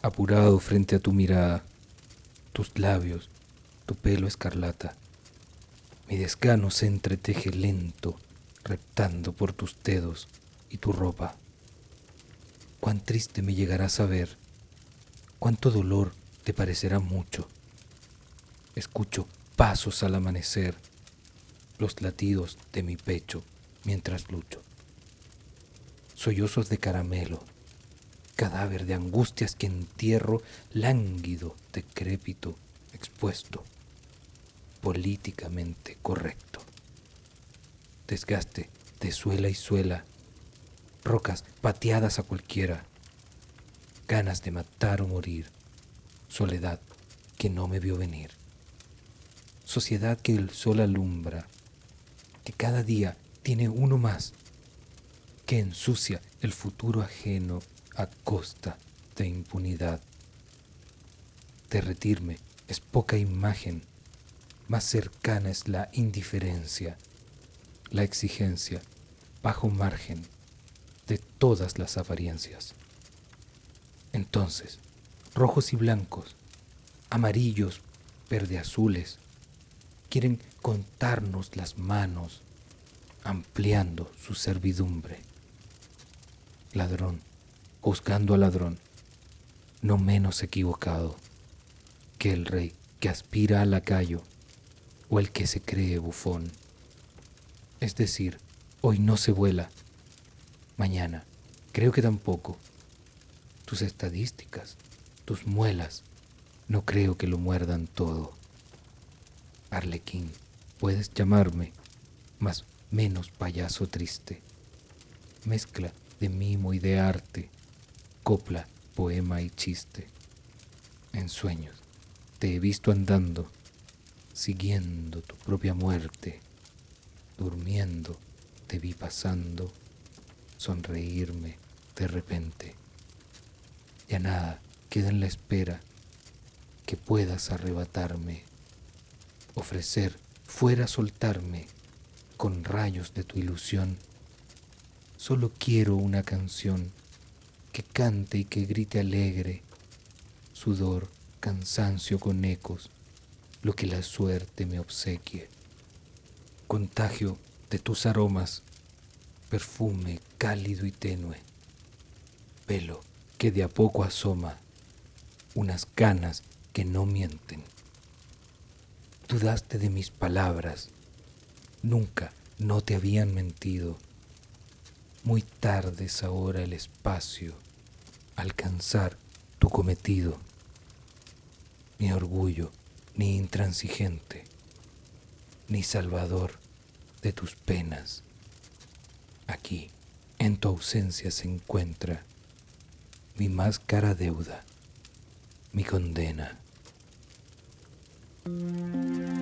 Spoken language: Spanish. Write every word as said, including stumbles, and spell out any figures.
apurado frente a tu mirada, tus labios, tu pelo escarlata. Mi desgano se entreteje lento, reptando por tus dedos y tu ropa. Cuán triste me llegarás a ver, cuánto dolor te parecerá mucho. Escucho pasos al amanecer, los latidos de mi pecho mientras lucho. Sollozos de caramelo, cadáver de angustias que entierro lánguido, decrépito, expuesto, políticamente correcto. Desgaste de suela y suela, rocas pateadas a cualquiera, ganas de matar o morir, soledad que no me vio venir, sociedad que el sol alumbra, que cada día tiene uno más, que ensucia el futuro ajeno a costa de impunidad. Derretirme es poca imagen, más cercana es la indiferencia, la exigencia bajo margen de todas las apariencias. Entonces, rojos y blancos, amarillos, verde-azules, quieren contarnos las manos, ampliando su servidumbre. Ladrón, juzgando al ladrón, no menos equivocado que el rey que aspira al lacayo o el que se cree bufón. Es decir, hoy no se vuela, mañana creo que tampoco. Tus estadísticas, tus muelas, no creo que lo muerdan todo. Arlequín, puedes llamarme, mas menos payaso triste. Mezcla de mimo y de arte, copla, poema y chiste. En sueños te he visto andando, siguiendo tu propia muerte. Durmiendo te vi pasando, sonreírme de repente. Ya nada queda en la espera que puedas arrebatarme, ofrecer fuera soltarme con rayos de tu ilusión. Solo quiero una canción que cante y que grite alegre, sudor, cansancio con ecos, lo que la suerte me obsequie. Contagio de tus aromas, perfume cálido y tenue, pelo que de a poco asoma, unas canas que no mienten. Dudaste de mis palabras, nunca no te habían mentido. Muy tarde es ahora el espacio, alcanzar tu cometido. Ni orgullo, ni intransigente, ni salvador de tus penas. Aquí, en tu ausencia se encuentra mi más cara deuda, mi condena.